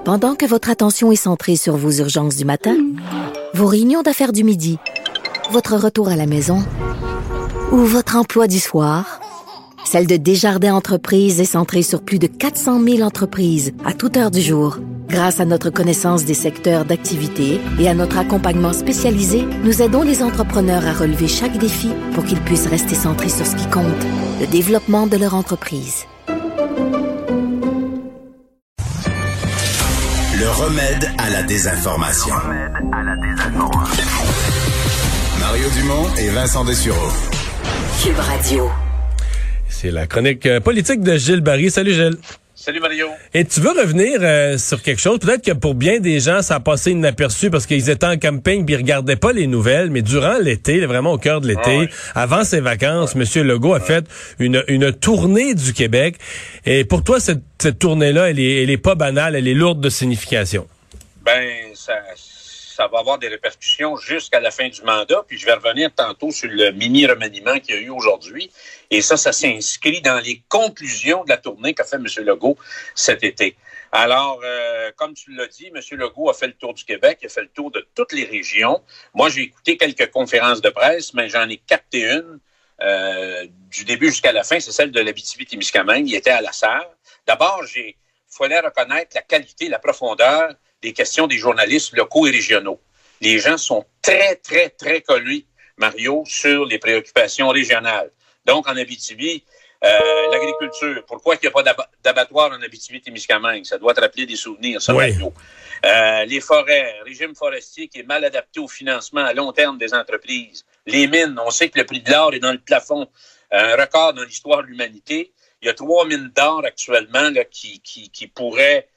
Pendant que votre attention est centrée sur vos urgences du matin, vos réunions d'affaires du midi, votre retour à la maison ou votre emploi du soir, celle de Desjardins Entreprises est centrée sur plus de 400 000 entreprises à toute heure du jour. Grâce à notre connaissance des secteurs d'activité et à notre accompagnement spécialisé, nous aidons les entrepreneurs à relever chaque défi pour qu'ils puissent rester centrés sur ce qui compte, le développement de leur entreprise. Le remède à la désinformation. Mario Dumont et Vincent Dessureau. Cube Radio. C'est la chronique politique de Gilles Barry. Salut Gilles. Salut Mario. Et tu veux revenir sur quelque chose, peut-être que pour bien des gens, ça a passé inaperçu parce qu'ils étaient en campagne puis ils regardaient pas les nouvelles, mais durant l'été, vraiment au cœur de l'été, avant ses vacances, M. Legault a fait une tournée du Québec. Et pour toi, cette tournée-là, elle est pas banale, elle est lourde de signification. Ça va avoir des répercussions jusqu'à la fin du mandat, puis je vais revenir tantôt sur le mini-remaniement qu'il y a eu aujourd'hui. Et ça s'inscrit dans les conclusions de la tournée qu'a fait M. Legault cet été. Alors, comme tu l'as dit, M. Legault a fait le tour du Québec, il a fait le tour de toutes les régions. Moi, j'ai écouté quelques conférences de presse, mais j'en ai capté une du début jusqu'à la fin, c'est celle de l'Abitibi-Témiscamingue. Il était à la Sarre. D'abord, fallait reconnaître la qualité, la profondeur des questions des journalistes locaux et régionaux. Les gens sont très, très, très collés, Mario, sur les préoccupations régionales. Donc, en Abitibi, l'agriculture. Pourquoi il n'y a pas d'abattoir en Abitibi-Témiscamingue? Ça doit te rappeler des souvenirs, ça, oui. Mario. Les forêts, régime forestier qui est mal adapté au financement à long terme des entreprises. Les mines, on sait que le prix de l'or est dans le plafond. Un record dans l'histoire de l'humanité. Il y a 3 mines d'or actuellement là, qui pourraient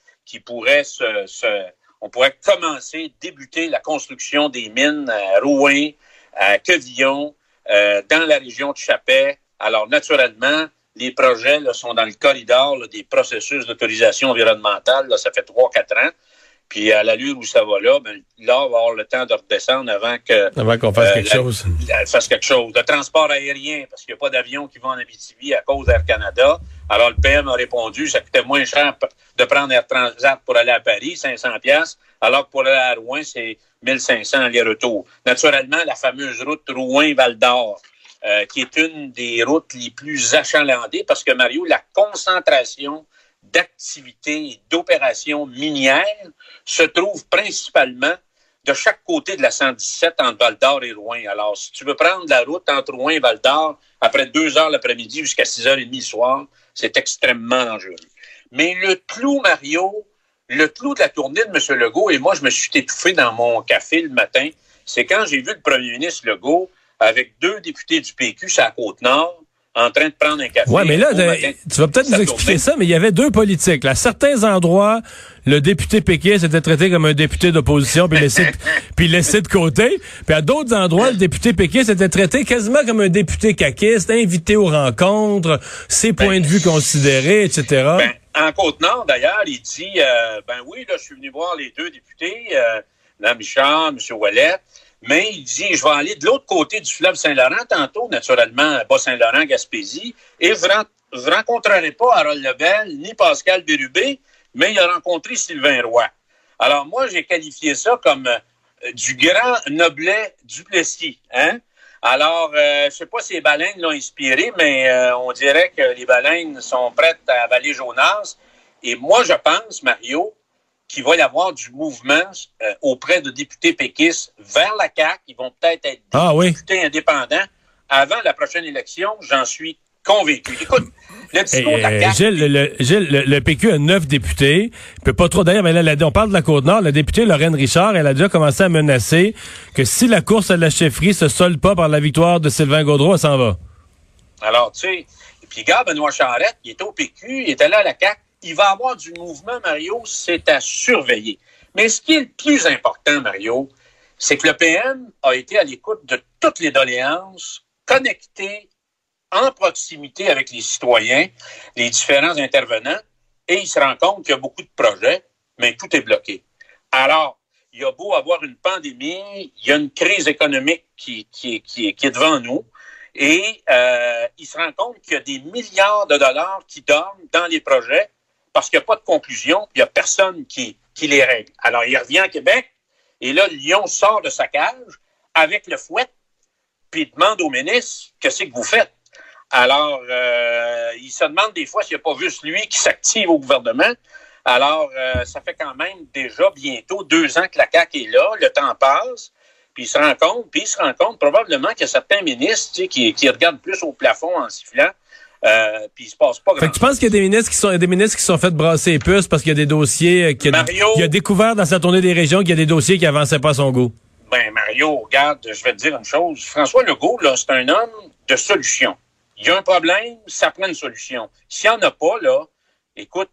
on pourrait débuter la construction des mines à Rouyn, à Quevillon, dans la région de Chappais. Alors, naturellement, les projets là, sont dans le corridor là, des processus d'autorisation environnementale. Là, ça fait 3-4 ans. Puis, à l'allure où ça va là, l'or va avoir le temps de redescendre avant qu'on fasse quelque chose. Fasse quelque chose. Le transport aérien, parce qu'il n'y a pas d'avion qui va en Abitibi à cause d'Air Canada. Alors, le PM a répondu, ça coûtait moins cher de prendre Air Transat pour aller à Paris, 500$, alors que pour aller à Rouen, c'est 1500$ aller-retour. Naturellement, la fameuse route Rouen-Val-d'Or, qui est une des routes les plus achalandées, parce que, Mario, la concentration d'activités et d'opérations minières se trouve principalement de chaque côté de la 117 entre Val-d'Or et Rouen. Alors, si tu veux prendre la route entre Rouen et Val-d'Or, après 2h l'après-midi jusqu'à 6h30 le soir, c'est extrêmement dangereux. Mais le clou, Mario, le clou de la tournée de M. Legault, et moi, je me suis étouffé dans mon café le matin, c'est quand j'ai vu le premier ministre Legault avec 2 députés du PQ sur la Côte-Nord, en train de prendre un café. Ouais, mais là, tu vas peut-être nous expliquer ça, mais il y avait 2 politiques. Là. À certains endroits, le député péquiste était traité comme un député d'opposition puis laissé de côté. Puis à d'autres endroits, le député péquiste était traité quasiment comme un député caquiste, invité aux rencontres, ses points de vue considérés, etc. En Côte-Nord, d'ailleurs, il dit, oui, là, je suis venu voir les 2 députés, Mme Richard, M. Ouellet, mais il dit, je vais aller de l'autre côté du fleuve Saint-Laurent tantôt, naturellement, Bas-Saint-Laurent, Gaspésie, et je rencontrerai pas Harold Lebel ni Pascal Bérubé, mais il a rencontré Sylvain Roy. Alors moi, j'ai qualifié ça comme du grand Noblet Duplessis, hein? Alors, je sais pas si les baleines l'ont inspiré, mais on dirait que les baleines sont prêtes à avaler Jonas. Et moi, je pense, Mario, qu'il va y avoir du mouvement auprès de députés péquistes vers la CAQ. Ils vont peut-être être députés indépendants avant la prochaine élection. J'en suis convaincu. Écoute, le discours de la CAQ... Gilles, le PQ a 9 députés. Il peut pas trop d'ailleurs, mais là, on parle de la Côte-Nord. La députée Lorraine Richard, elle a déjà commencé à menacer que si la course à la chefferie se solde pas par la victoire de Sylvain Gaudreault, elle s'en va. Alors, tu sais, puis gars, Benoît Charette, il était au PQ, il était là à la CAQ. Il va y avoir du mouvement, Mario, c'est à surveiller. Mais ce qui est le plus important, Mario, c'est que le PM a été à l'écoute de toutes les doléances, connecté en proximité avec les citoyens, les différents intervenants, et il se rend compte qu'il y a beaucoup de projets, mais tout est bloqué. Alors, il y a beau avoir une pandémie, il y a une crise économique qui est devant nous, et il se rend compte qu'il y a des milliards de dollars qui dorment dans les projets, parce qu'il n'y a pas de conclusion, puis il n'y a personne qui qui les règle. Alors, il revient à Québec, et là, Lyon sort de sa cage avec le fouet, puis il demande au ministre, qu'est-ce que vous faites? Alors, il se demande des fois s'il n'y a pas juste lui qui s'active au gouvernement. Alors, ça fait quand même déjà bientôt 2 ans que la CAQ est là, le temps passe, puis il se rend compte probablement qu'il y a certains ministres qui regardent plus au plafond en sifflant, puis il se passe pas grand-chose. Fait que tu penses qu'il y a des ministres qui sont fait brasser les puces parce qu'il y a des dossiers qu'il a découvert dans sa tournée des régions qu'il y a des dossiers qui avançaient pas à son goût? Ben, Mario, regarde, je vais te dire une chose. François Legault, là, c'est un homme de solution. Il y a un problème, ça prend une solution. S'il n'y en a pas, là, écoute,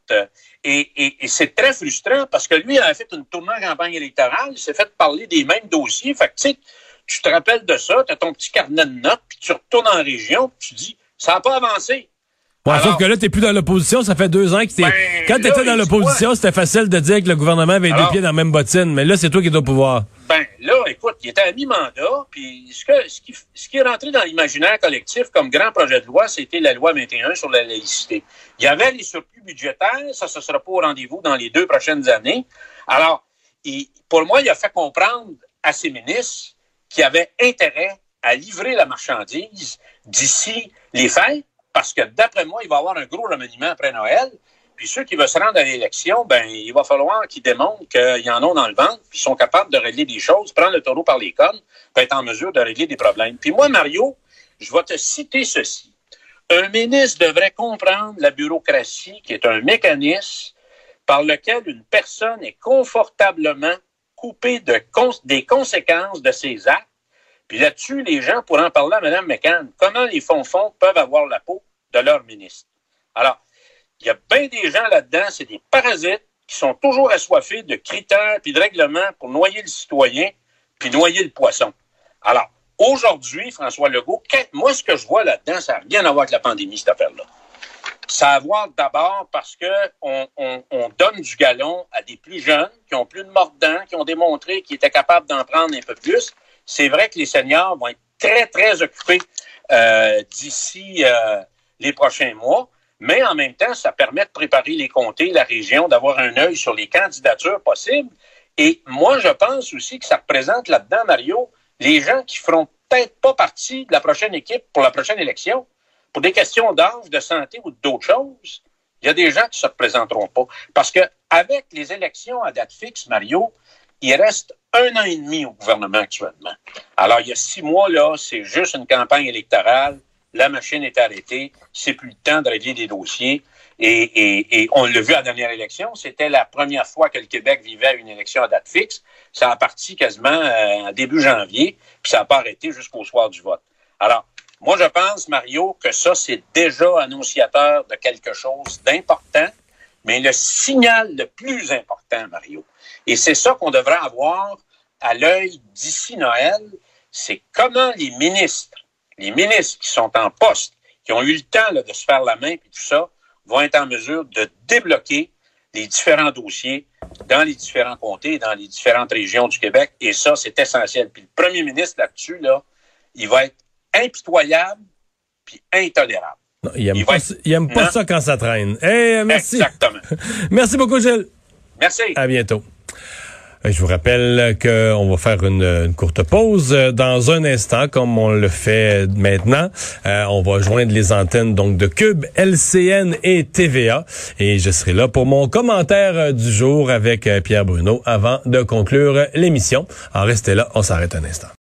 et c'est très frustrant parce que lui, il a fait une tournée en campagne électorale, il s'est fait parler des mêmes dossiers. Fait que, tu sais, tu te rappelles de ça, tu as ton petit carnet de notes, puis tu retournes en région, puis tu dis, ça n'a pas avancé. Ouais, Alors, sauf que là, t'es plus dans l'opposition, ça fait 2 ans que quand t'étais dans l'opposition, c'était facile de dire que le gouvernement avait les 2 pieds dans la même bottine, mais là, c'est toi qui es au pouvoir. Ben, là, écoute, il était à mi-mandat, puis ce qui est rentré dans l'imaginaire collectif comme grand projet de loi, c'était la loi 21 sur la laïcité. Il y avait les surplus budgétaires, ça ne sera pas au rendez-vous dans les 2 prochaines années. Alors, pour moi, il a fait comprendre à ses ministres qu'il avait intérêt à livrer la marchandise d'ici les fêtes, parce que d'après moi, il va y avoir un gros remaniement après Noël. Puis ceux qui veulent se rendre à l'élection, ben il va falloir qu'ils démontrent qu'ils en ont dans le ventre, puis ils sont capables de régler des choses, prendre le taureau par les cornes, puis être en mesure de régler des problèmes. Puis moi, Mario, je vais te citer ceci. Un ministre devrait comprendre la bureaucratie, qui est un mécanisme par lequel une personne est confortablement coupée des conséquences de ses actes. Puis là-dessus, les gens pourraient en parler à Mme McCann. Comment les fonds peuvent avoir la peau de leur ministre? Alors, il y a bien des gens là-dedans, c'est des parasites qui sont toujours assoiffés de critères puis de règlements pour noyer le citoyen puis noyer le poisson. Alors, aujourd'hui, François Legault, moi, ce que je vois là-dedans, ça n'a rien à voir avec la pandémie, cette affaire-là. Ça a à voir d'abord parce que on donne du galon à des plus jeunes qui ont plus de mordant, qui ont démontré qu'ils étaient capables d'en prendre un peu plus. C'est vrai que les seniors vont être très, très occupés d'ici les prochains mois, mais en même temps, ça permet de préparer les comtés, la région, d'avoir un œil sur les candidatures possibles. Et moi, je pense aussi que ça représente là-dedans, Mario, les gens qui feront peut-être pas partie de la prochaine équipe pour la prochaine élection, pour des questions d'âge, de santé ou d'autres choses. Il y a des gens qui se représenteront pas. Parce que avec les élections à date fixe, Mario, il reste 1 an et demi au gouvernement actuellement. Alors, il y a 6 mois, là, c'est juste une campagne électorale. La machine est arrêtée. C'est plus le temps de régler des dossiers. Et on l'a vu à la dernière élection. C'était la première fois que le Québec vivait une élection à date fixe. Ça a parti quasiment début janvier, puis ça n'a pas arrêté jusqu'au soir du vote. Alors, moi, je pense, Mario, que ça, c'est déjà annonciateur de quelque chose d'important, mais le signal le plus important, Mario, et c'est ça qu'on devrait avoir à l'œil d'ici Noël, c'est comment les ministres qui sont en poste, qui ont eu le temps là, de se faire la main et tout ça, vont être en mesure de débloquer les différents dossiers dans les différents comtés, dans les différentes régions du Québec. Et ça, c'est essentiel. Puis le premier ministre là-dessus, là, il va être impitoyable puis intolérable. Non, il aime pas ça quand ça traîne. Hey, merci. Exactement. Merci beaucoup, Gilles. Merci. À bientôt. Je vous rappelle qu'on va faire une courte pause. Dans un instant, comme on le fait maintenant, on va joindre les antennes donc de Cube, LCN et TVA. Et je serai là pour mon commentaire du jour avec Pierre Bruno avant de conclure l'émission. Alors restez là, on s'arrête un instant.